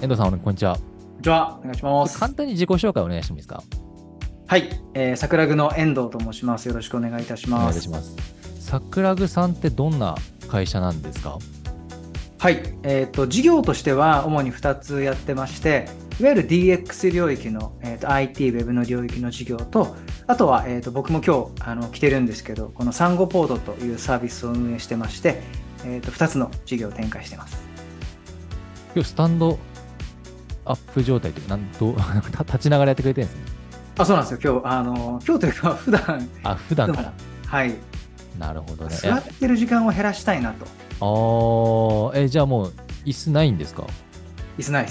遠藤さん、こんにちは。 こんにちは。お願いします。 簡単に自己紹介お願いしてもいいですか？ はい。桜具の遠藤と申します。よろしくお願いいたしお願ます。 いいたします。桜具さんってどんな会社なんですか？ はい。事業としては主に2つやってまして、いわゆる DX 領域の、IT、Web の領域の事業と、あとは、僕も今日来てるんですけど、このサンゴポートというサービスを運営してまして、2つの事業を展開してます。 今日スタンドアップ状態というか、立ちながらやってくれてるんですね。 あ、そうなんですよ。今日というか、普段、 あ、普でも、 段から。 はい。 なるほどね。 座ってる時間を減らしたいなと。 じゃあもう椅子ないんですか？ 椅子ないです。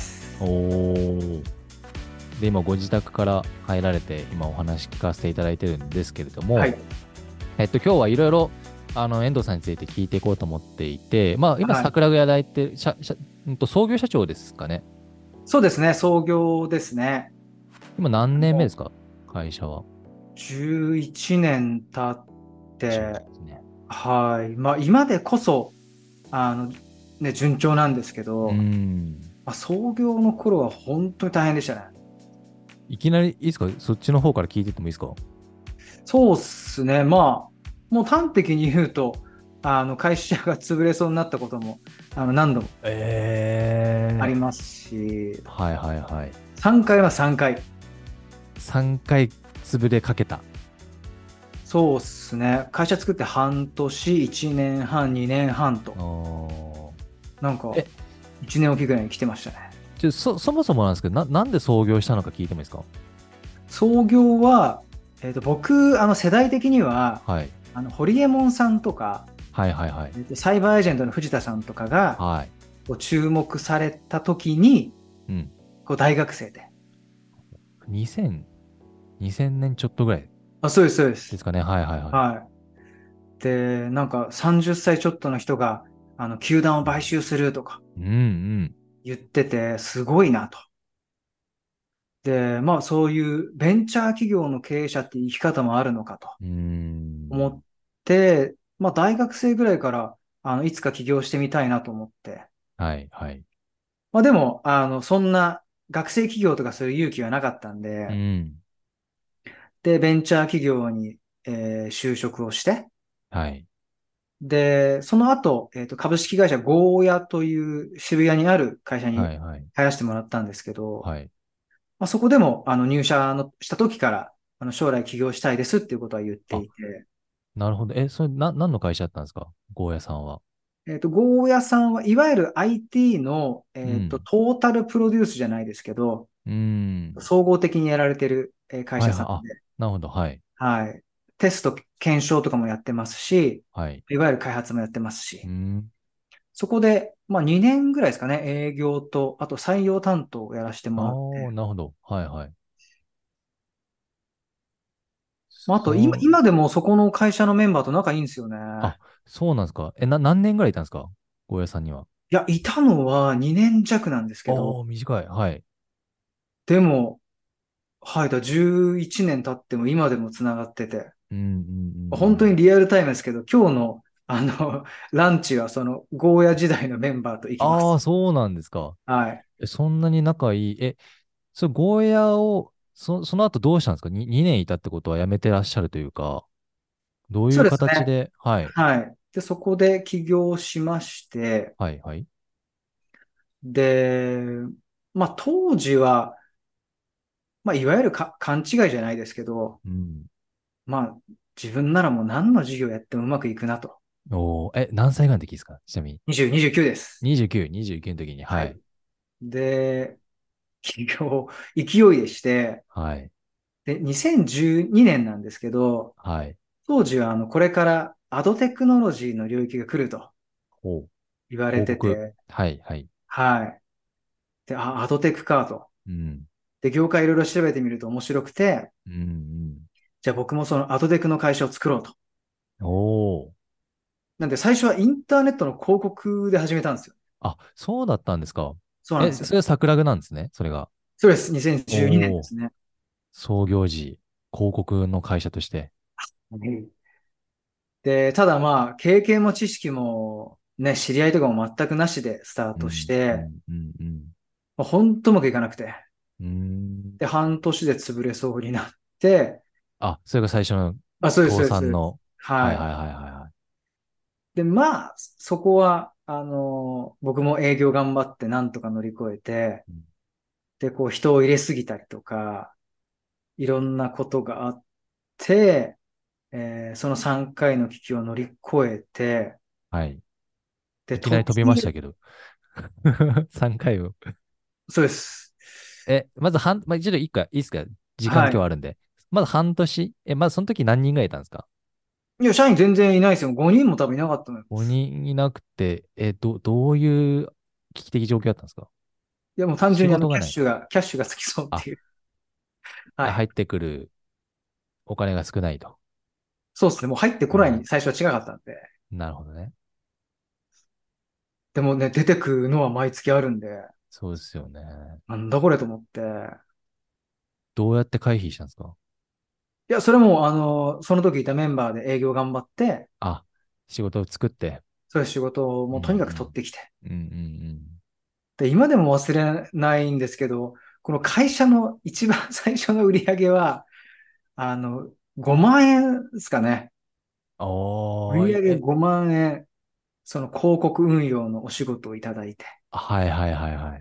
おー。で、今ご自宅から入られて、今お話聞かせていただいてるんですけれども、 はい。 今日はいろいろ、遠藤さんについて聞いていこうと思っていて、まあ、今、 はい。 桜がやられて、創業社長ですかね。 そうですね。創業ですね。 今何年目でもすか？会社は。 う11年経って、 11年。 はい。まあ今でこそ、あの、順調なんですけうーど、 ん。 まあ、創業の頃は本当に大変でしたね。 いきなりいいですか？そっちの方から聞いてってもいいですか？ そうっすね。まあ、もう端的に言うと、会社が潰れそうになったことも、何度もありえますし、 はいはいはい。 3回は3回。 3回潰れかけた。 そうっすね。会社作って半年、1年半、2年半と、 おなんか、 え、 1年おきぐらいに来てましたね。 そもそもなんですけど、なんで創業したのか聞いてもいいですか？ 創業は、僕、世代的には、 はい。 ホリエモンさんとか、 はいはいはい。 サイバーエージェントの藤田さんとかが、 はい。 こう注目された時に、 うん。 こう大学生で。 2000、2000年ちょっとぐらいあ、そうです、そうです。 ですかね。はいはいはい。 はい。で、なんか30歳ちょっとの人が、球団を買収するとかうんうん。 言ってて、すごいなと。で、まあそういうベンチャー企業の経営者って生き方もあるのかとうーん。 思って、まあ大学生ぐらいから、いつか起業してみたいなと思って。 はいはい。 まあでも、そんな学生起業とかそういう勇気はなかったんで、 うん。 で、ベンチャー企業に、就職をして、 はい。 で、その後、株式会社ゴーヤという渋谷にある会社にはいはい。 入らせてもらったんですけど、 はい。 まあ、そこでも、入社のした時から、将来起業したいですっていうことは言ってあ、 いて、 なるほど。それ、何の会社だったんですか？ゴーヤさんは。 ゴーヤさんはいわゆる IT の、トうん。 ータルプロデュースじゃないですけど、 うーん。 総合的にやられてる会はいはい。あ、 社さんで、 なるほど。はい。 はい。テスト、検証とかもやってますし、 はい。 いわゆる開発もやってますし、 うーん。 そこで、まあ2年ぐらいですかね、営業と、あと採用担当をやらせてあもらっあ、 て、 なるほど。はいはい。 まあ、あとそう、 今でもそこの会社のメンバーと仲いいんですよね。 あ、そうなんですか。何年ぐらいいたんですか？ゴーヤさんには。 いや、いたのは2年弱なんですけど、 ああ、短い。はい。 でも、はい、11年経っても今でも繋がってて、 うんうんうんう本当にん。 リアルタイムですけど、今日の、ランチはその、ゴーヤ時代のメンバーと行きまああ、 す。 そうなんですか。 はい。 そんなに仲いい。ゴーヤを、その後どうしたんですか？ 2 年いたってことは辞めてらっしゃるというか、どういうそうですね。 形で、はい。 はい。で、そこで起業しまして、 はいはい。 で、まあ当時は、まあいわゆる勘違いじゃないですけど、 うん。 まあ自分ならもう何の事業やってもうまくいくなと。 何歳ぐらいの時ですか？ちなみに。 20、29です。 29、29の時に。 はい。 はい。 で、起業、勢いでして、 はい。 で、2012年なんですけど、 はい。 当時はこれからアドテクノロジーの領域が来るとほう。 言われ広告。 てて、 はいはい。 はい。で、アドテクかと。 うん。 で、業界いろいろ調べてみると面白くて、 うんじゃあ僕もそのアドテクの会社を作ろうと。 うん。おー。 なんで最初はインターネットの広告で始めたんですよ。 あ、そうだったんですか。そそうなんですよ。 れは桜木なんですね。それが。 そうです。2012年でおー。 すね。 創業時、広告の会社として。 うんで、ただまあ、経験も知識もね、知り合いとかも全くなしでスタートしうん、うて、 ん、うん、うん。 本当うまくいかなくて。 うーん。 で、半年で潰れそうになって、 あ、それが最初のあ、そうです、 倒そうです、そうです。 産の。はいはいはい。 はいはいはい。 で、まあ、そこは、僕も営業頑張ってなんとか乗り越えて、 うん。 で、こう人を入れすぎたりとか、いろんなことがあって、その3回の危機を乗り越えて、 はい。 で、 いきなり飛びました途中、 けど。3回を。 そうです。 まずまあ、一度いいか、いいですか？時間はい。 今日あるんで。まず半年。まずその時何人ぐらいいたんですか？ いや、社員全然いないですよ。5人も多分いなかったのよ。 5 人いなくて、どういう危機的状況だったんですか？ いや、もう単純に仕事がない。 キャッシュがつきそうっあ、 ていう。はい。 入ってくるお金が少ないと。 そうですね。もう入ってこないあに最初は違かったんで。 なるほどね。 でもね、出てくのは毎月あるんで、 そうですよね。 なんだこれと思って。 どうやって回避したんですか？ いや、それも、その時いたメンバーで営業頑張って、 あ、仕事を作って。 そういう仕事をうんもうとにかく取ってきて。 うん。うんうんで、今でも忘れないんですけど、この会社の一番最初の売り上げは、5万円ですかね。 うん。 売り上げ5万円、その広告運用のお仕事をいただいて。 はいはいはいはい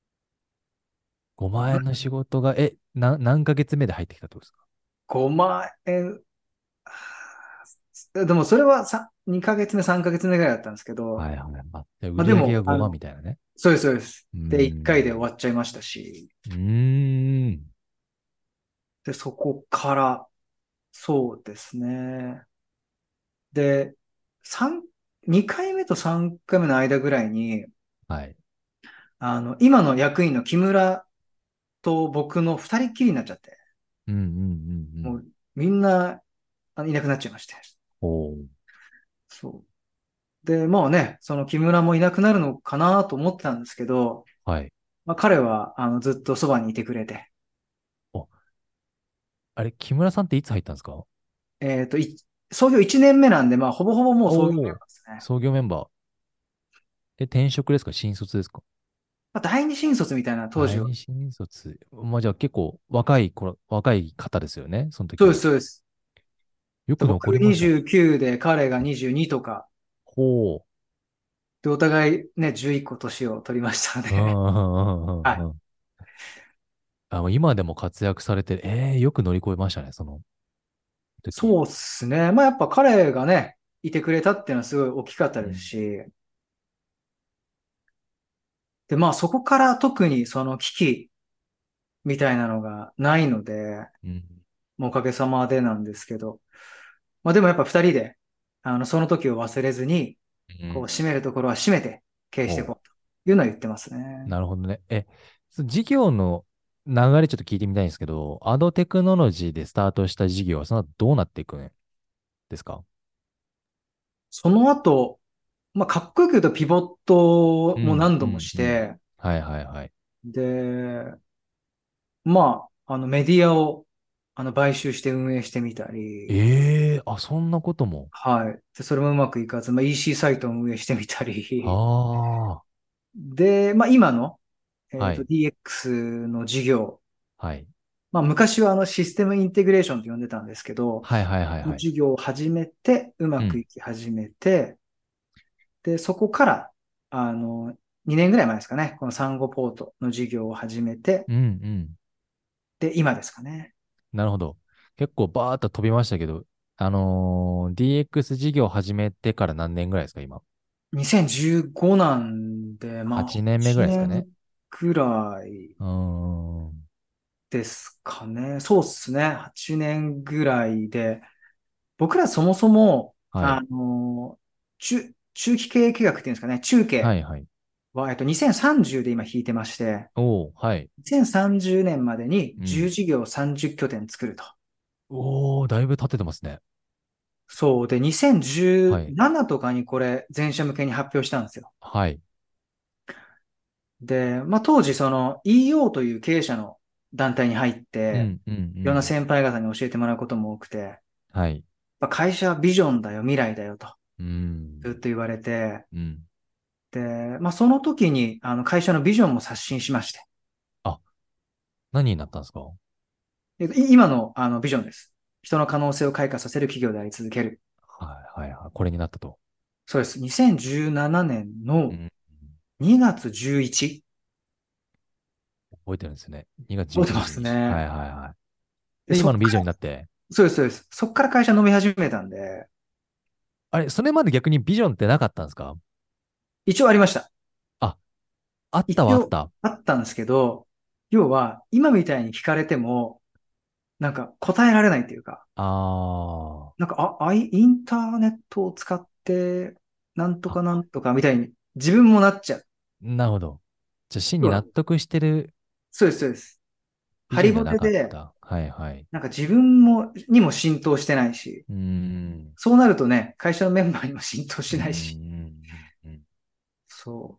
。5万円の仕事が、何ヶ月目で入ってきたってことですか？ 5万円、でもそれは2ヶ月目、3ヶ月目ぐらいだったんですけど、 はいはい。じゃあ売まあでも、 り上げが5万みたいなね。 そうです、そうです。 うーで、1回で終ん。 わっちゃいましたし、 うーん。 で、そこから、そうですね。で、3、2回目と3回目の間ぐらいに、 はい。 今の役員の木村と僕の二人っきりになっちゃって、 うんうんうんうん。 もうみんな、いなくなっちゃいまして。 おー。 そう。で、まあね、その木村もいなくなるのかなと思ってたんですけど、 はい。 まあ彼は、ずっとそばにいてくれて、 お、あれ、木村さんっていつ入ったんですか？ えっと、い創業1年目なんで、まあ、ほぼほぼもう創業メンバおー。 ーですね。 創業メンバー。転職ですか？新卒ですか？ まあ、第二新卒みたいな当時は。 第二新卒。まあ、じゃあ結構若い方ですよね、その時は。 そうです、そうです。 よく残僕りました。 29で彼が22とか、 ほで、お互いね、11個年を取りましたう。うんね。 うんうんはい。 うんうん。もう今でも活躍されて、よく乗り越えましたね、その時。 そうっすね。まあやっぱ彼がね、いてくれたっていうのはすごい大きかったうん。 ですし、で、まあそこから特にその危機みたいなのがないので、 うん。 もうおかげさまでなんですけど、まあでもやっぱ二人で、その時を忘れずに、こう、 うん。 締めるところは締めて経営していおこうというのは言ってますね。 なるほどね。その事業の流れちょっと聞いてみたいんですけど、アドテクノロジーでスタートした事業はその後どうなっていくんですか？ その後、まあかっこよく言うとピボットもうん、 何度もうん、うん。 して、 はいはいはい。 で、まあ、メディアを、買収して運営してみたり、 そんなことも。 はい。で、それもうまくいかず、まあ、EC サイトを運営してみたり、 あで、まあ、今の、 あ、はい、 DX の事業、 はい。 まあ、昔はシステムインテグレーションと呼んでたんですけど、 はいはいはいはい。 事業を始めて、うまくうん、 いき始めて、で、そこから、2年ぐらい前ですかね、このサンゴポートの事業を始めて、 うん、うん。 で、今ですかね。 なるほど。結構バーっと飛びましたけど、DX 事業始めてから何年ぐらいですか、今？ 2015なんで、まあ、 8年目ぐ 1 らいですかね。 年くらいうーん。 ですかね。そうっすね。8年ぐらいで、僕らそもそも、 はい。 中期経営計画っていうんですかね。中計はいはい。 は、2030で今引いてまして、 おー、はい。 2030年までに10 うん。 事業30拠点作ると。 おー、だいぶ立ててますね。 そうで、 はい。 2017とかにこれ全社向けに発表したんですよ。 はい。 で、まあ当時その EO という経営者の団体に入って、 うん、うん、ういろんなん。 先輩方に教えてもらうことも多くて、 はい。 まあ会社はビジョンだよ、未来だよと、 うん。 ずっと言われて、 うん。 で、まあ、その時に、会社のビジョンも刷新しまして、 あ、何になったんですか？ 今の、ビジョンです。人の可能性を開花させる企業であり続ける。 はいはいはい。これになったと。 そうです。2017年のうん。 2月11。 覚えてるんですね。2月11、 覚えてます 11。はね。 いはいはい。 で、 で、 そっから、 今のビジョンになって、 そうです、そうです。そっから会社飲み始めたんで、 あれ、それまで逆にビジョンってなかったんですか？ 一応ありました。 あ、あったは一応あった。 あったんですけど、要は、今みたいに聞かれても、なんか答えられないっていうか、 あなんか、インターネットを使って、なんとあ、 かなんとかみたいに自分もなっちゃう。 なるほど。じゃあ、真に要は、 納得してるそうです、そうです。ハリボビジョンじゃなテで、 かった。はいはい。 なんか自分にも浸透してないし、 うーん。 そうなるとね、会社のメンバーにも浸透うーしないし、 ん。うん。 そう。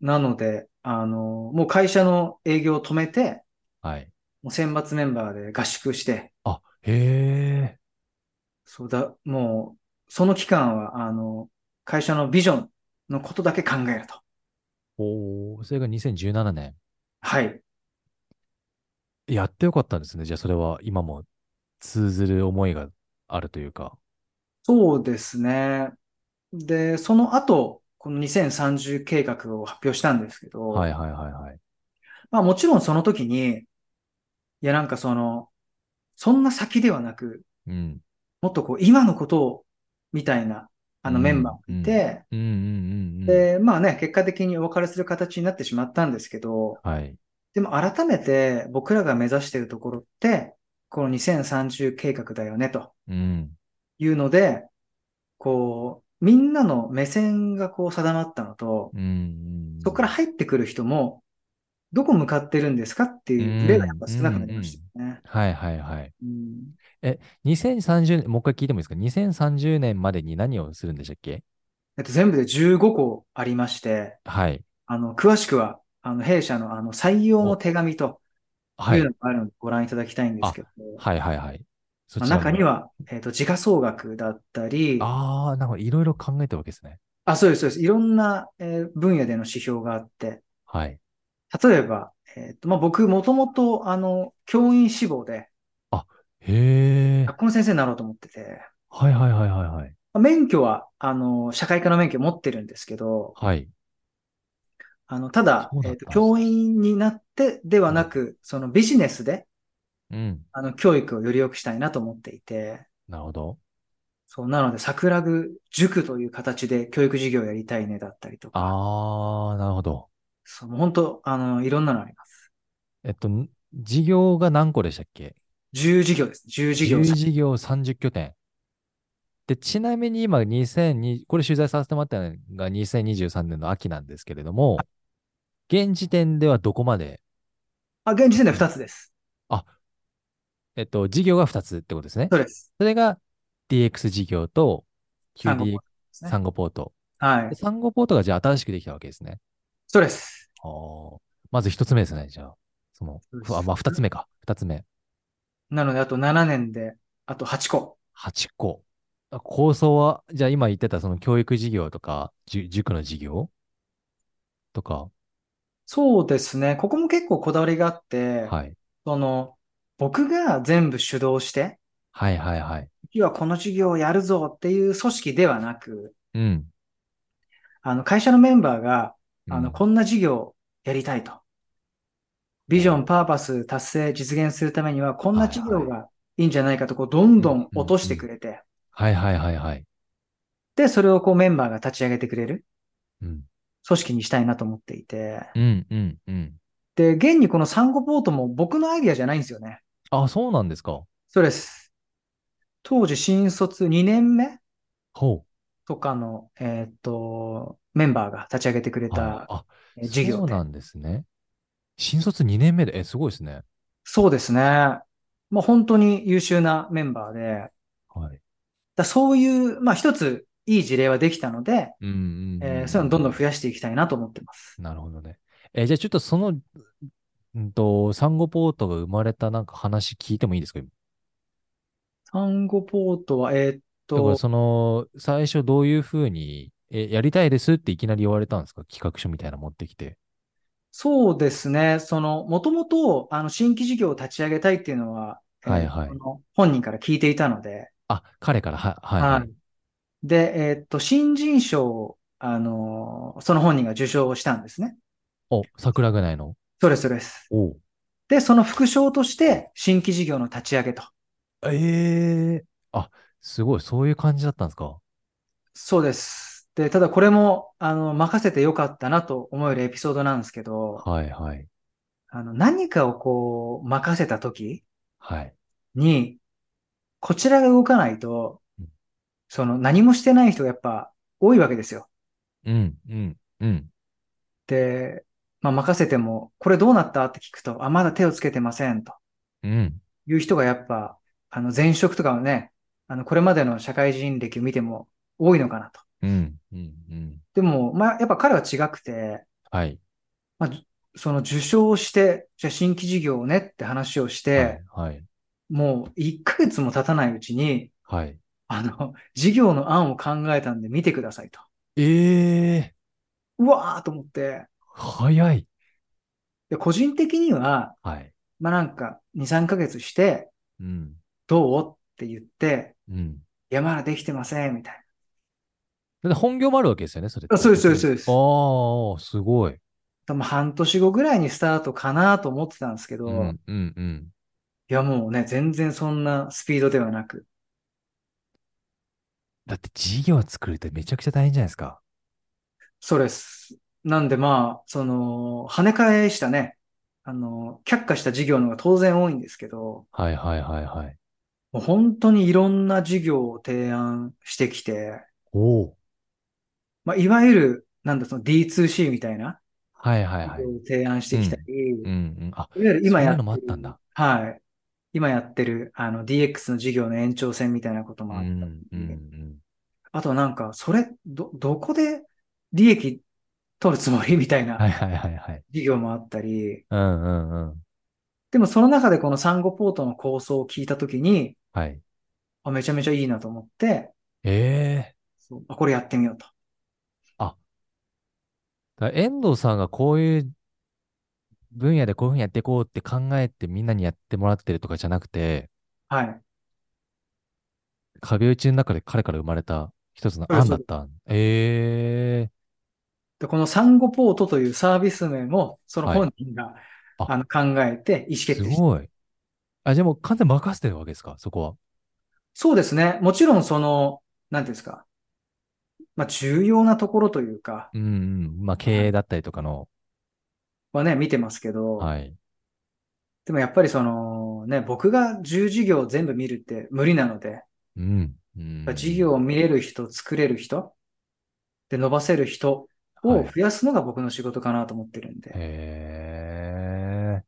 なので、もう会社の営業を止めて、 はい。 もう選抜メンバーで合宿して、 あ、へえ。 そうだ、もう、その期間は、会社のビジョンのことだけ考えると。 おー、それが2017年。 はい。 やってよかったんですね。じゃあ、それは今も通ずる思いがあるというか。 そうですね。で、その後、この2030計画を発表したんですけど、 はいはいはいはい。 まあもちろんその時に、いやなんかそんな先ではなく、 うん。 もっとこう今のことを、みたいな、 うメンバーん。 がうん。 いて、 うんうんうんうん。 で、まあね、結果的にお別れする形になってしまったんですけど、 はい。 でも改めて僕らが目指しているところって、この2030計画だよね、とうん。 いうので、こう、みんなの目線がこう定まったのと、 うん。 そこから入ってくる人も、どこ向かってるんですかってうん。 いうブレがやっぱうん。 少なくなりましうん。 たよね。 はいはいはい。 うん、 2030年、もう一回聞いてもいいですか？ 2030 年までに何をするんでしたっけ？ 全部で15個ありまして、 はい。 詳しくは、弊社の採用のお、 手紙とはい。 いうのがあるのでご覧いただきたいんですあ、 けど、 はいはいはい。そまあ、 ちらも。 中には、時価総額だったり、 ああ、なんかいろいろ考えてるわけですね。 あ、そうです、そうです。いろんな、分野での指標があって、 はい。 例えば、まあ、僕、もともと、教員志望で、 あ、へえ。 学校の先生になろうと思ってて、 はいはいはいはいはい。 まあ免許は、社会科の免許持ってるんですけど、 はい。 ただ、 そうだったんです教ね。 員になってではうん。 なく、そのビジネスで、 うん。 教育をより良くしたいなと思っていて、 なるほど。 そう、なので、桜具塾という形で教育事業をやりたいねだったりとか、 ああ、なるほど。 そう、もう本当、いろんなのあります。 事業が何個でしたっけ？ 10事業です。10事業 10 事業30拠点。で、ちなみに今2020、これ取材させてもらったのが2023年の秋なんですけれども、現時点ではどこまで現時点で進ん、 2つです。 あ、事業が2つってことですね。 そうです。 それが DX 事業と単語ポー QD トですね。 産後ポート。ではい。 産後ポートがじゃあ新しくできたわけですね。 そうです。 おー、まず1つ目ですね、じゃあ。その、まあそうです。 2つ目か。2つ目。 なので、あと7年で、あと8個。 8個。構想は、じゃあ今言ってたその教育事業とか、塾の事業とか。 そうですね。ここも結構こだわりがあって、 はい。 その、僕が全部主導して、 はいはいはい。 次はこの事業をやるぞっていう組織ではなく、 うん。 会社のメンバーが、 うん。 こんな事業をやりたいと。ビジョン、 おー、 パーパス達成、実現するためには、こんなはいはい。 事業がいいんじゃないかと、こう、どんどうんん落としうんうん。 てくれて、 はいはいはいはい。 で、それをこうメンバーが立ち上げてくれるうん。 組織にしたいなと思っていて、 うんうんうん。 で、現にこのサンゴポートも僕のアイディアじゃないんですよね。 あ、そうなんですか。 そうです。当時新卒2年目ほう。 とかの、メンバーが立ち上げてくれはい。 たあ、 事業で。 そうなんですね。新卒2年目で、すごいですね。 そうですね。もう本当に優秀なメンバーで、 はい。 そういう、まあ一ついい事例はできたので、 うんうんうんそういうのをどんどんうん増やしていきたいなと思ってます。 うん。なるほどね。じゃあちょっとその、サンゴポートが生まれたなんか話聞いてもいいですか？ サンゴポートは、 だからその、最初どういうふうにやりたいですっていきなり言われたんですか？企画書みたいなの持ってきて。 そうですね。もともと、新規事業を立ち上げたいっていうのは、 はいはい。 本人から聞いていたので、 あ、彼から、はいはい。 はい。で、新人賞を、その本人が受賞したんですね。 お、桜ぐらいの。 そうです、そうです。 おう。 で、その副賞として、新規事業の立ち上げと。 ええ、あ、すごい、そういう感じだったんですか？ そうです。で、ただこれも、任せてよかったなと思えるエピソードなんですけど、 はいはい。 何かをこう、任せた時はい。 に、こちらが動かないと、 うん何もしてない人がやっぱ多いわけですよ。 うん、うん、うん、 で、まあ、任せても、これどうなったって聞くと、あ、まだ手をつけてませんとうん、 いう人がやっぱ、前職とかをね、これまでの社会人歴を見ても多いのかなと。 うん、うん、うん。 でも、まあ、やっぱ彼は違くて、 はい、 まあ、その受賞して、じゃあ新規事業をねって話をして、 はい、はい、 もう1ヶ月も経たないうちに、 はい。 事業の案を考えたんで見てくださいと。 ええうわーと思って、 早い。 で個人的には、 はい。 まあなんか2、3ヶ月して、 うん、 どうって言って、 うん。 いや、まだできてません、みたいで、本業もあるわけですよね、それっな。あ、 て、 そうです、そうです、 別に。 そうです。 ああ、すごい。 多分半年後ぐらいにスタートかなと思ってたんですけど、 うん、うん、うん。 いや、もうね、全然そんなスピードではなく。 だって事業作るってめちゃくちゃ大変じゃないですか。 そうです。なんでまあ、跳ね返したね、却下した事業の方が当然多いんですけど、 はいはいはいはい。 もう本当にいろんな事業を提案してきて、 おお。 まあ、いわゆる、なんだ、その D2C みたいなはいはいはい。 事業を提案してきたうん。 り、 うん、うん。あ、 いわゆる今やっそういうのもあてる、 ったんだ。 はい。今やってる、DX の事業の延長線みたいなこともあったうん、うん、うり、 ん。 あとはなんか、どこで利益取るつもりみたいなはいはいはいはい。 事業もあったり、 うん、うん、うん。 でもその中でこのサンゴポートの構想を聞いたときに、 はい。 あ、めちゃめちゃいいなと思って、 ええ、 これやってみようと。 あ、遠藤さんがこういう分野でこういうふうにやっていこうって考えてみんなにやってもらってるとかじゃなくて、 はい。 壁打ちの中で彼から生まれた一つのそうですそうです。 案だった。ええ、 で、このサンゴポートというサービス名も、そのはい。 本人があ、 考えて意思決定して。 すごい。あ、じゃあもう完全に任せてるわけですか、そこは。 そうですね。もちろんなんていうんですか。まあ、重要なところというか、 うん、うん。まあはい経営だったりとかの。 はね、見てますけど、 はい。 でもやっぱり僕が10事業全部見るって無理なので、 うん。う事業をん。 見れる人、作れる人、で伸ばせる人をはい。 増やすのが僕の仕事かなと思ってるんへで。 え。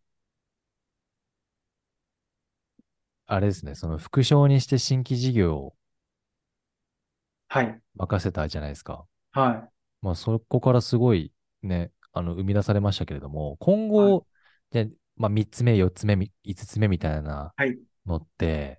あれですね、その副賞にして新規事業をはい。 任せたじゃないですか。 はい。 まあそこからすごいね、生み出されましたけれども、今はい。 後、で、まあ3つ目、4つ目、5つ目みたいなはい。 のって、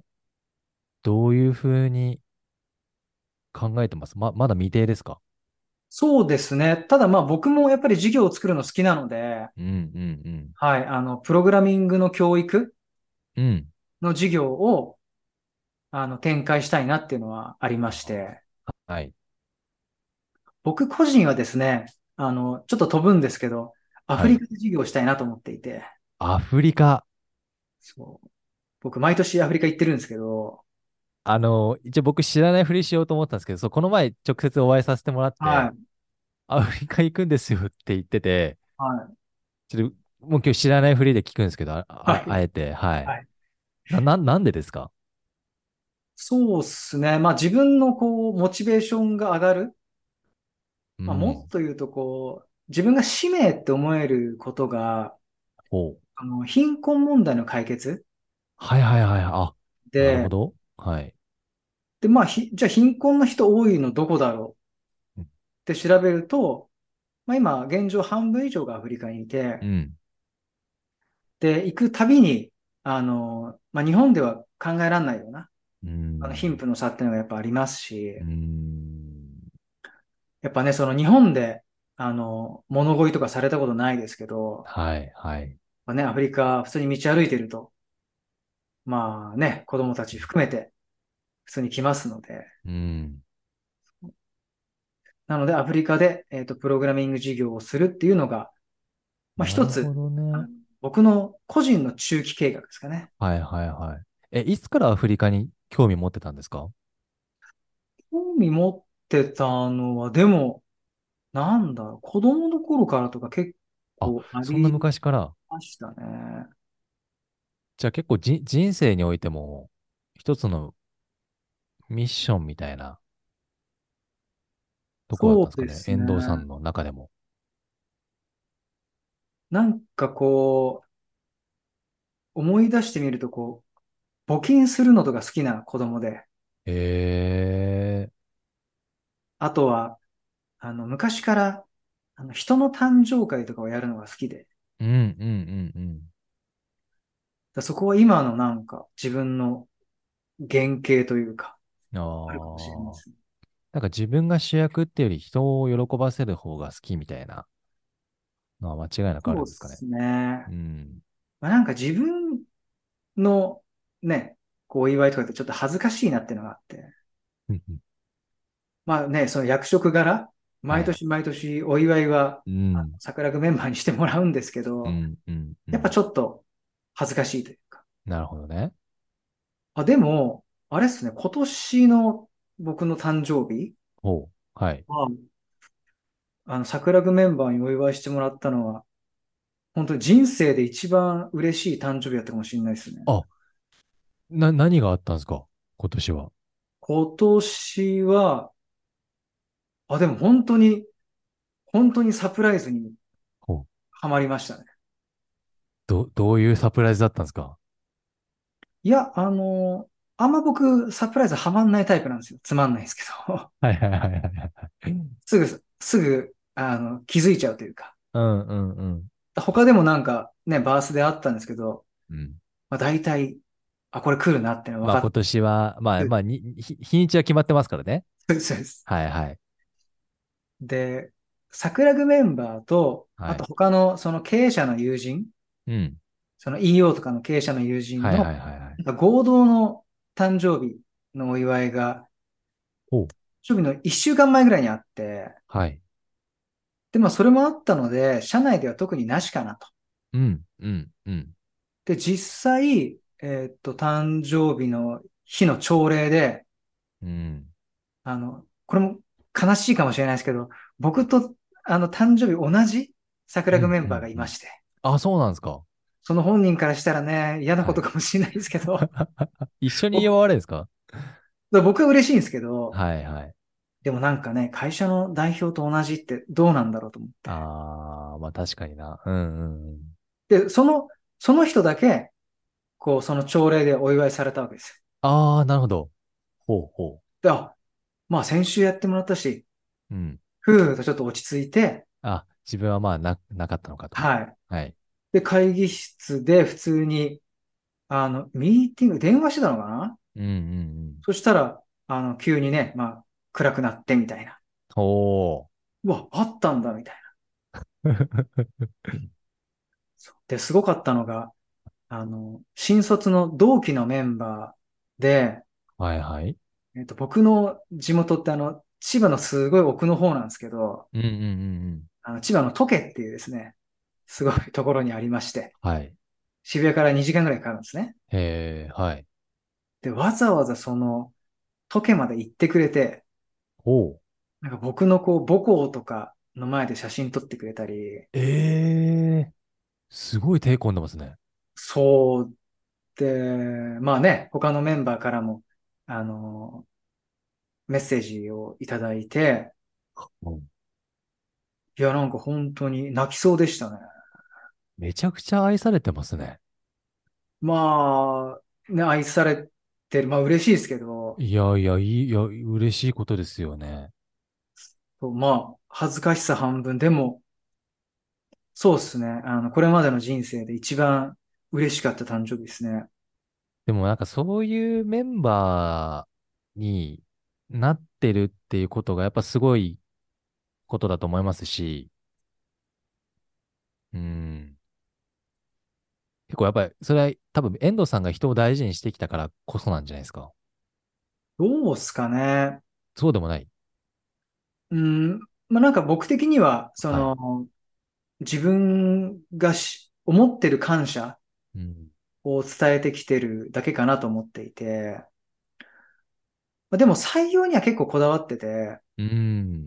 どういうふうに考えてます？まだ未定ですか？ そうですね。ただまあ僕もやっぱり事業を作るの好きなので、 うんうんはい。プログラミングの教育うん。うん。 の事業を、展開したいなっていうのはありまして、 はい。 僕個人はですね、ちょっと飛ぶんですけど、アフはい。 リカで事業をしたいなと思っていて、 アフリカ。 そう。僕毎年アフリカ行ってるんですけど、 一応僕知らないふりしようと思ったんですけど、そう、この前直接お会いさせてもらって、 はい。 アフリカ行くんですよって言ってて、 はい。 ちょっと、もう今日知らないふりで聞くんですけど、 はい。 あえて、はい。 はい。 なんでですか？ そうですね。まあ自分のこう、モチベーションが上がる。まあもっうん。 と言うとこう、自分が使命って思えることが、 ほう。 貧困問題の解決はいはいはい。あ、なるほで、 ど。はい。 まあじゃあ貧困な人多いのどこだろうん。 うって調べると、まあ今現状半分以上がアフリカにいて、 うん。 で、行くたびに、まあ日本では考えられないような、 うん。 貧富の差っていうのがやっぱありますし、 うん。 やっぱね、その日本で、物乞いとかされたことないですけど、 はい、はい。 まあね、アフリカ、普通に道歩いてると、まあね、子供たち含めて、普通に来ますので、 うん。 なので、アフリカで、プログラミング授業をするっていうのが、まあ、 なるほ一つ、 どね。 あの僕の個人の中期計画ですかね。 はい、はい、はい。いつからアフリカに興味持ってたんですか？ 興味持ってたのは、でも、なんだろう、子供の頃からとか結あ、 構あそんなり昔から。 ましたね。 じゃあ結構人生においても、一つのミッションみたいなとこだったんですかね。 そうですね。 遠藤さんの中でも。 なんかこう、思い出してみると、募金するのとか好きな子供で、 ええあとは、昔から、人の誕生会とかをやるのが好きで、 うん、うん、うん、 そこは今のなんか自分の原型というか、 うん。 あるかもしれないでああ。 すね。 なんか自分が主役っていうより人を喜ばせる方が好きみたいなのは間違いなくあるんですかね。 そうですね。 うん。 まあ、なんか自分のね、お祝いとかってちょっと恥ずかしいなっていうのがあって、 うんうんまあね、その役職柄、 はいはい。 毎年毎年お祝いは、 うん。 桜組メンバーにしてもらうんですけど、 うん、うん、うやっぱん。 ちょっと恥ずかしいというか。 なるほどね。 あ、でも、あれっすね、今年の僕の誕生日ほう。はい。 は、桜組メンバーにお祝いしてもらったのは、本当に人生で一番嬉しい誕生日だったかもしれないですね。 あ、何があったんですか今年は？ 今年は、でも本当にサプライズにほう。 ハマりましたね。 どういうサプライズだったんですか？ いや、あんま僕、サプライズハマんないタイプなんですよ。つまんないですけど。 はいはいはいはいはい。 すぐ、気づいちゃうというか。 うんうんうん。 他でもなんかね、バースであったんですけど、 うん。 まあ大体、これ来るなっていうのまあ今が分かっ年は、まあ日にちは決まってますからね。 て、そうです。 はいはい。 で、桜組メンバーと、あとはい。 他のその経営者の友人、 うん。 その EO とかの経営者の友人のはいはいはいはい。 なんか合同の誕生日のお祝いが、 ほう。 誕生日の1週間前ぐらいにあって、 はい。 で、まあそれもあったので、社内では特になしかなと。 うん、うん、うん。 で、実際、誕生日の日の朝礼で、 うん。 これも悲しいかもしれないですけど、僕と、誕生日同じ桜組うん、 メンバーがうん、うん。 いまして、 あ、そうなんですか？ その本人からしたらね、嫌なこはい。 とかもしれないですけど、 一緒に祝僕われるんですか？ 僕は嬉しいんですけど、 はいはい。 でもなんかね、会社の代表と同じってどうなんだろうと思って。 ああ、まあ確かにな。うんうんうん。 で、その人だけ、その朝礼でお祝いされたわけですああ、なるほど。ほうほよ。で、まあ先週やってもらったし、 う。うん。 ふーっとちょっと落ち着いて、 あ、自分はまあなかったのかと。 はい。 はい。 で、会議室で普通に、ミーティング、電話してたのかな。 うんうんうん。 そしたら、急にね、まあ、暗くなってみたいな。 おー。 うわ、あったんだ、みたいな。そうで、すごかったのが、新卒の同期のメンバーで、 はいはい。 僕の地元って千葉のすごい奥の方なんですけど、 うんうんうんうん。 千葉の土気っていうですね、すごいところにありまして、 はい。 渋谷から2時間ぐらいかかるんですね。 へえ、はい。 で、わざわざその、土気まで行ってくれて、 おう。 なんか僕の母校とかの前で写真撮ってくれたり、 ええ、すごい手込んでますね。 そうで、まあね、他のメンバーからも、あの、メッセージをいただいて、 うん。 いや、なんか本当に泣きそうでしたね。 めちゃくちゃ愛されてますね。 まあ、ね、愛されてる。まあ嬉しいですけど、 いやいや、いや、嬉しいことですよね。 まあ、恥ずかしさ半分。でも、そうですね。これまでの人生で一番嬉しかった誕生日ですね。 でもなんかそういうメンバーになってるっていうことがやっぱすごいことだと思いますし、うん。結構やっぱり、それは多分遠藤さんが人を大事にしてきたからこそなんじゃないですか。 どうすかね。 そうでもない。 うん、まあなんか僕的には、 はい。 自分が思ってる感謝うん。 を伝えてきてるだけかなと思っていて、まあ、でも採用には結構こだわってて、 うん。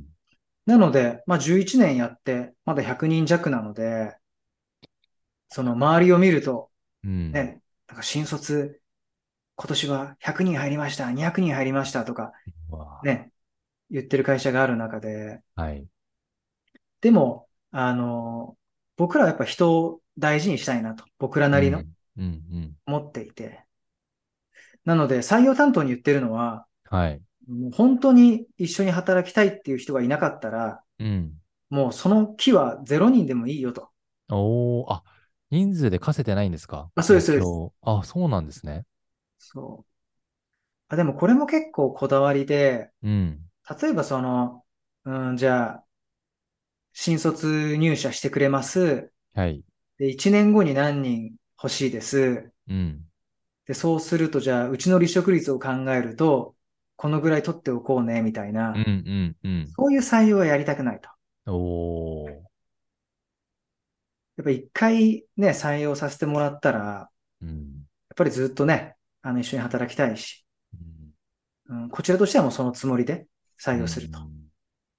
なので、まあ11年やって、まだ100人弱なので、その周りを見ると、 うん。 ね、なんか新卒、今年は100人入りました、200人入りましたとか、 うわね、言ってる会社がある中で、 はい。 でも、僕らはやっぱ人を大事にしたいなと、僕らなりのうん。うん。うん。 思っていて、なので採用担当に言ってるのは、 はい。 もう本当に一緒に働きたいっていう人がいなかったら、 うん。 もうその木は0人でもいいよと。 おー、あ、人数で課せてないんですか？ あ、そうです、そうです。 目標。あ、そうなんですね。 そう。あ、でもこれも結構こだわりで、 うん。 例えばじゃあ、新卒入社してくれます。 はい。 で、1年後に何人欲しいです。 うん。 で、そうすると、じゃあ、うちの離職率を考えると、このぐらい取っておこうね、みたいうん。 な、 うん。うん。 そういう採用はやりたくないと。 おー。 やっぱ一回ね、採用させてもらったら、やうん。 っぱりずっとね、一緒に働きたいし、 うん。 うん、こちらとしてはもうそのつもりで採う用すると。 ん。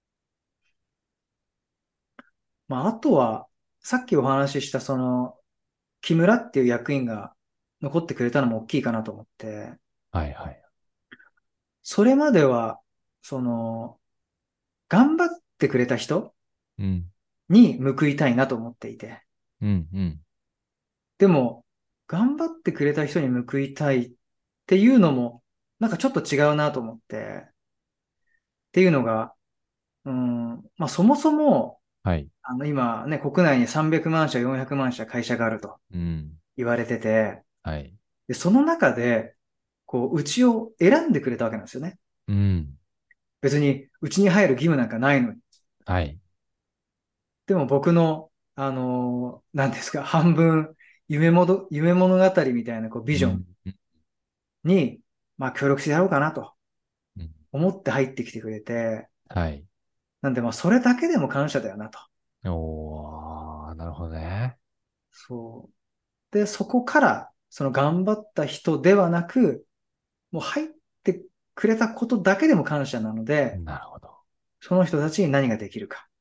まあ、あとは、さっきお話しした木村っていう役員が残ってくれたのも大きいかなと思って、 はいはい。 それまでは、その、頑張ってくれた人うん。 に報いたいなと思っていて。 うん。うん。 でも、頑張ってくれた人に報いたいっていうのも、なんかちょっと違うなと思って、っていうのが、まあそもそも、 はい。 今ね、国内に300万社、400万社会社があるとうん。 言われてて、 はい。 で、その中で、こう、うちを選んでくれたわけなんですよね。 うん。 別に、うちに入る義務なんかないのに。 はい。 でも僕の、なんですか、半分、夢物語みたいなこうビジョンうん。うん。 に、まあ協力してやろうかなとうん思って入ってきてくれて、 はい。 なんでまあそれだけでも感謝だよなと。 おー、なるほどね。 そう。で、そこから、その頑張った人ではなく、もう入ってくれたことだけでも感謝なので、 なるほど。 その人たちに何ができるか。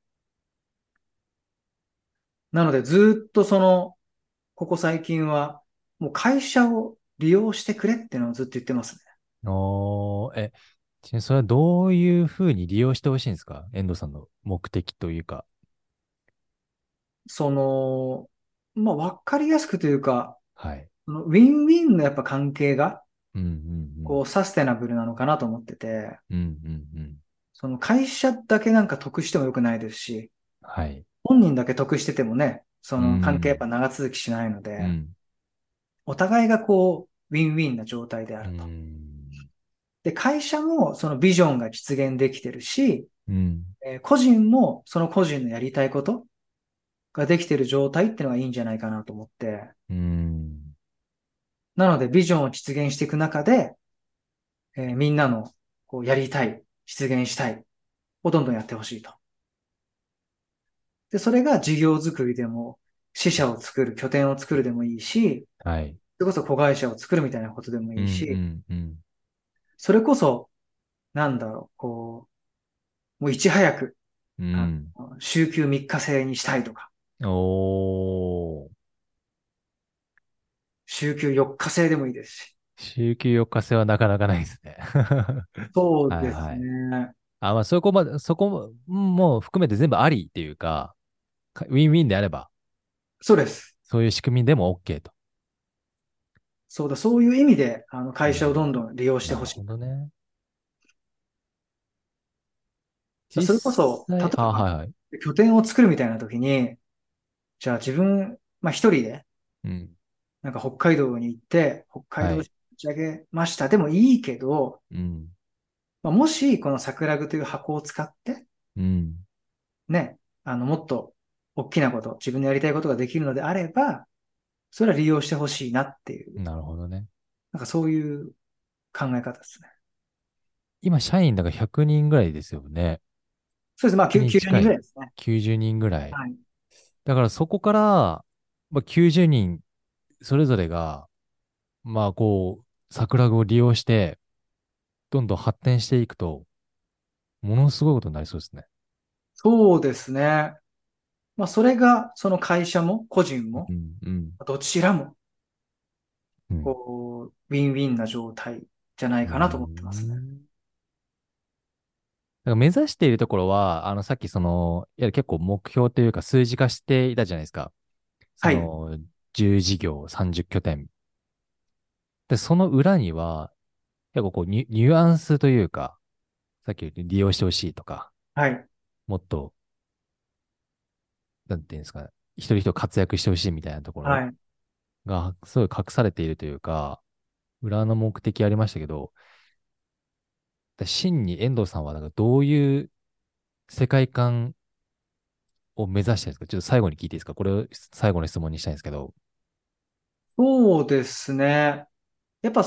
なのでずっとここ最近は、もう会社を利用してくれっていうのをずっと言ってますね。 おー、ちなみにそれはどういうふうに利用してほしいんですか？遠藤さんの目的というか。 その、まあ、わかりやすくというか、 はい。 ウィンウィンのやっぱ関係が、 うん、うん、 サステナブルなのかなと思ってて、 うん。うん、うん、うん。 その会社だけなんか得してもよくないですし、 はい。 本人だけ得しててもね、そうの関係やっん、 ぱ長続きしないので、 うん、 お互いがウィンウィンな状態であうると。 ん、 で、会社もそのビジョンが実現できてるし、 うん、 個人もその個人のやりたいことができてる状態っていうのがいいんじゃないかなと思って、 うん。 なのでビジョンを実現していく中で、みんなのやりたい、実現したいをどんどんやってほしいと。で、それが事業作りでも、支社を作る、拠点を作るでもいいし、 はい。 それこそ子会社を作るみたいなことでもうん、ういいし、 ん、うん。 それこそ、なんだろう、もういち早く、あうん。 週休3日制にしたいとか、 おー。 週休4日制でもいいですし。 週休4日制はなかなかないですね。 そうですはいはい。 ね。 あ、まあ、そこまで、そこも含めて全部ありっていうか、ウィンウィンであれば、 そうです。 そういう仕組みでも OK と。 そうだ、そういう意味で、会社をどうん。 んどん利用してなるほしい。 ほどね。 それこ実そ、例際、あ、 えば、 はいはい。 拠点を作るみたいな時に、じゃあ自分、まあ一人で、 うん。 なんか北海道に行って、北海道打はい。 ち上げました。でもいいけど、 うん。 まあ、もしこの桜具という箱を使って、 うん。 ね、もっと大きなこと、自分のやりたいことができるのであれば、それは利用してほしいなっていう、 なるほどね。 なんかそういう考え方ですね。 今、社員だから100人ぐらいですよね。 そうです。まあ、 100人 90人近い。 ぐらいですね。 90人ぐらい。 はい。 だからそこから、まあ、90人それぞれが、まあこう、桜を利用して、どんどん発展していくと、ものすごいことになりそうですね。 そうですね。まあ、それが、その会社も個人も、 うん、うん、 どちらも、 うん。 こう、ウィンウィンな状態じゃないうかなと思ってますね。 ん。だから目指しているところは、さっきいや結構目標というか数字化していたじゃないですか。 はい。 10事業、30拠点。で、その裏には、結構こうニュアンスというか、さっき言った利用してほしいとか、 はい。 もっと、なんていうんですかね、一人一人活躍してほしいみたいなところはい。 が、すごい隠されているというか、裏の目的ありましたけど、真に遠藤さんは、なんかどういう世界観を目指してるんですか？ちょっと最後に聞いていいですか？これを最後の質問にしたいんですけど。 そうですね。やっぱ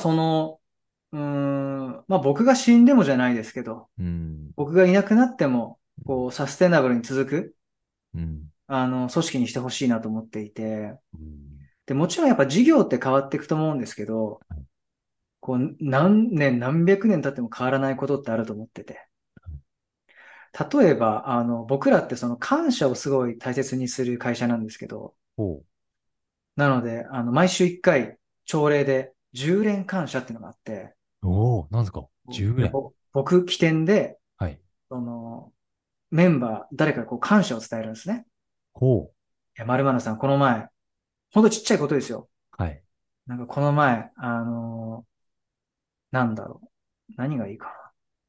まあ僕が死んでもじゃないですけど、 うん、 僕がいなくなっても、こう、サステナブルに続く、 うん、 組織にしてほしいなと思っていて、 うん、 で、もちろんやっぱ事業って変わっていくと思うんですけど、こう、何年何百年経っても変わらないことってあると思ってて。例えば、僕らってその感謝をすごい大切にする会社なんですけど、 ほなので、毎週1回朝礼で10連感謝っていうのがあって、 う。おお、なんですか？ 10 で、 連。 僕起点で、 はい。 その、メンバー、誰かにこう感謝を伝えるんですね。 ほう。 〇〇さん、この前、ほんとちっちゃいことですよ。 はい。 なんかこの前、なんだろう。何がいいか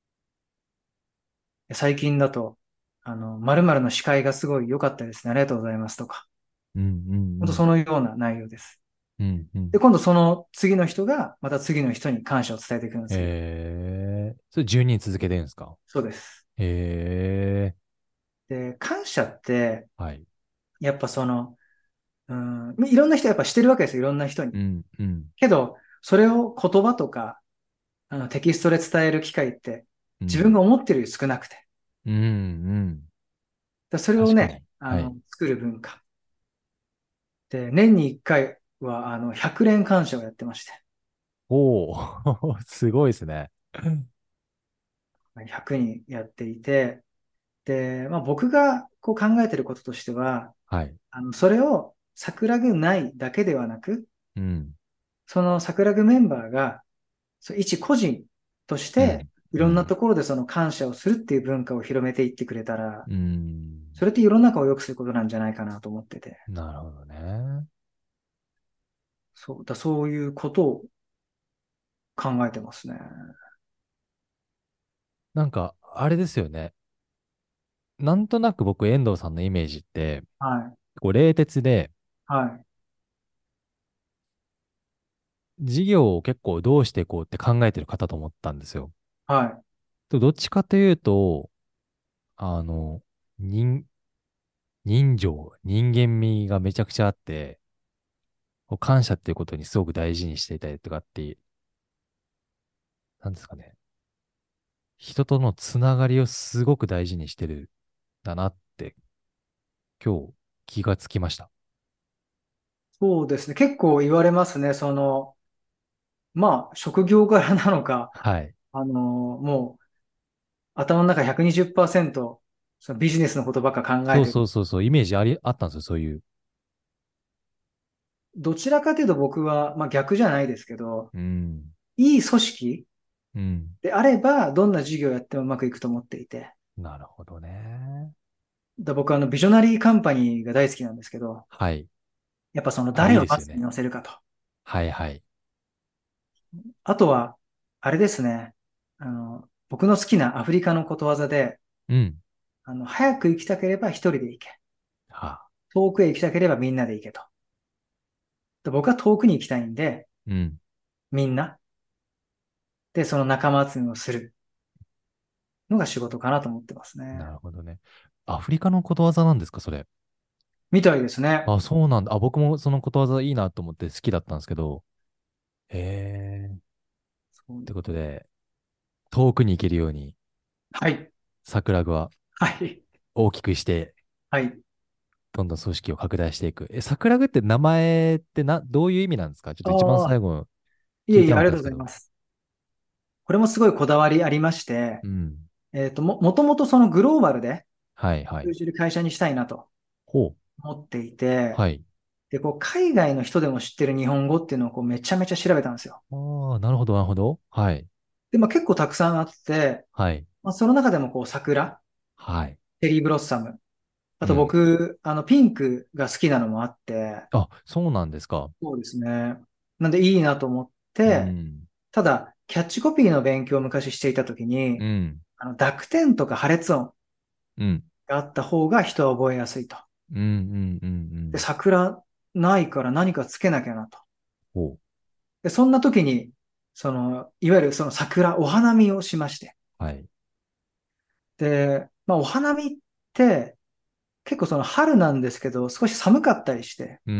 な。最近だと、〇〇の司会がすごい良かったですね。ありがとうございますとか。 うん、うん、うん。 本当そのような内容です。 うん、うで、 ん。 今度その次の人が、また次の人に感謝を伝えていくんですよ。 それ12人続けてるんですか？ そうです。 へえ。 で、感謝って、 はい。 やっぱいろんな人やっぱしてるわけですよ。いろんな人に。 うん、うん、 けど、それを言葉とか、テキストで伝える機会って、 うん、 自分が思ってるより少なくて。 うん、うん。 それをね、 確かに。はい。 作る文化。で、年に1回は、100連感謝をやってまして。 おお、すごいですね。 100人やっていて、で、まあ僕がこう考えてることとしては、 はい。 それを桜組内だけではなく、 うん、 その桜組メンバーが、一個人として、 うん、 いろんなうん、 ところでその感謝をするっていう文化を広めていってくれたら、 うん。 それって世の中を良くすることなんじゃないかなと思ってて。 なるほどね。 そういうことを考えてますね。 なんか、あれですよね。なんとなく僕、遠藤さんのイメージって、 はい。 こう、冷徹で、 はい。 事業を結構どうしていこうって考えてる方と思ったんですよ。 はい。 どっちかというと、あの、人、人情、人間味がめちゃくちゃあって、こう感謝っていうことにすごく大事にしていたりとかって、なんですかね。人とのつながりをすごく大事にしてるんだなって今日気がつきました。 そうですね。結構言われますね。まあ、職業柄なのか、 はい。 もう、頭の中120%、そのビジネスのことばっか考えそうてる。 そうそうそう、イメージあったんですよ、そういう。 どちらかというと僕は、まあ逆じゃないですけど、 うん。 いい組織うん。 であれば、どんな事業をやってもうまくいくと思っていて。 なるほどね。 僕はビジョナリーカンパニーが大好きなんですけど、 はい。 やっぱそのあ、いい誰をバスにですよね。 乗せるかと。 はいはい。 あとは、あれですね。僕の好きなアフリカのことわざで、 うん。 早く行きたければ一人で行け。 はあ。 遠くへ行きたければみんなで行けと。で僕は遠くに行きたいんで、 うん。 みんなでその仲間集めをする。 のが仕事かなと思ってますね。 なるほどね。アフリカのことわざなんですか、それ？ みたいですね。 あ、そうなんだ。あ、僕もそのことわざいいなと思って好きだったんですけど。へえ。っそうてことで、遠くに行けるように、 はい。 桜具ははい。 大きくして、 はい。 どんどん組織を拡大していく。桜具って名前ってどういう意味なんですか？ちょっと一番ああ、 最後聞いていえいえ、ありがとうなかったんですけど。 ございます。これもすごいこだわりありまして、 うん。 もともとそのグローバルではいはい。 通じる会社にしたいなとほう。 思っていて、 はい。 で、こう、海外の人でも知ってる日本語っていうのをこうめちゃめちゃ調べたんですよ。 ああ、なるほど、なるほど。はい。 で、まあ結構たくさんあって、 はい。 まあその中でもこう、桜、 はい。 チェリーブロッサム、あとうん。 僕、ピンクが好きなのもあって、 あ、そうなんですか。 そうですね。なんでいいなと思っうて、 ん。 ただ、キャッチコピーの勉強を昔していたときに、 うん。 濁点とか破裂音うん。 があった方が人は覚えやすいと。 うん。うん。うん。うで、 ん。 桜ないから何かつけなきゃなと。 ほう。 で、そんな時に、いわゆるその桜、お花見をしまして。 はい。 で、まあ、お花見って結構その春なんですけど、少し寒かったりして、 うん。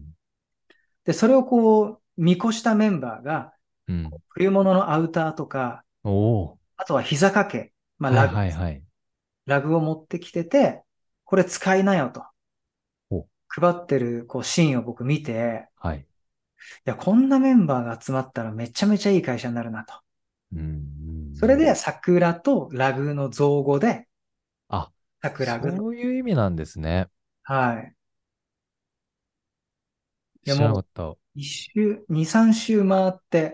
で、それをこう、見越したメンバーが、 うん。 冬物のアウターとか、 おお。 あとは膝掛け、まあ、 はいはいはい。 ラグを持ってきてて、これ使いなよとお、 配ってるこうシーンを僕見て、 はい。 いや、こんなメンバーが集まったらめちゃめちゃいい会社になるなと。 うん。うん。うそれでん。 桜とラグの造語であ、 桜グと。 そういう意味なんですね。 はい。いや、 知らなかもうった。 一周、二、三周回って、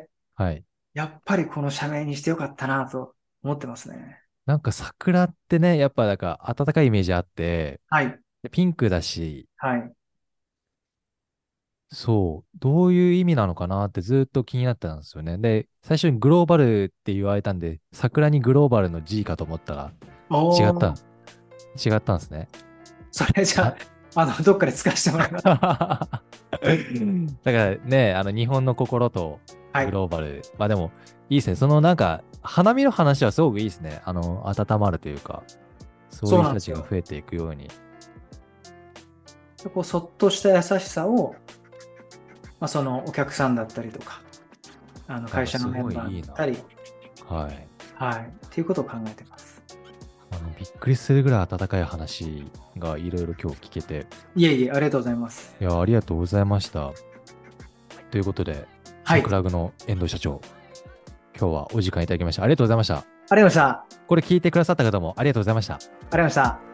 はい。 やっぱりこの社名にしてよかったなと思ってますね。 なんか桜ってね、やっぱなんか暖かいイメージあって、 はい。 でピンクだし、 はい。 そう、どういう意味なのかなってずっと気になってたんですよね。で、最初にグローバルって言われたんで、桜にグローバルの G かと思ったら、違った。 おー、 違ったんですね。 それじゃああ、どっかで使わせてもらいます。 だからね、日本の心とグはい。 ローバル。まあでも、いいですね。そのなんか、花見の話はすごくいいですね。温まるというか、そうそういう人たなんですよ。 ちが増えていくように。 でこう、そっとした優しさを、まあ、そのお客さんだったりとか、会社のなんかすメンバーだごいいいな。 ったり、 はい。 はい。っていうことを考えてます。 びっくりするぐらい温かい話がいろいろ今日聞けて、 いえいえ、ありがとうございます。 いや、ありがとうございました。ということで、 はい。ありがとう桜具の遠藤社長、今日はお時間いただきました。ありがとうございました。 ございました。ありこれ聞いてくださった方もありがとうございました。 がとうございました。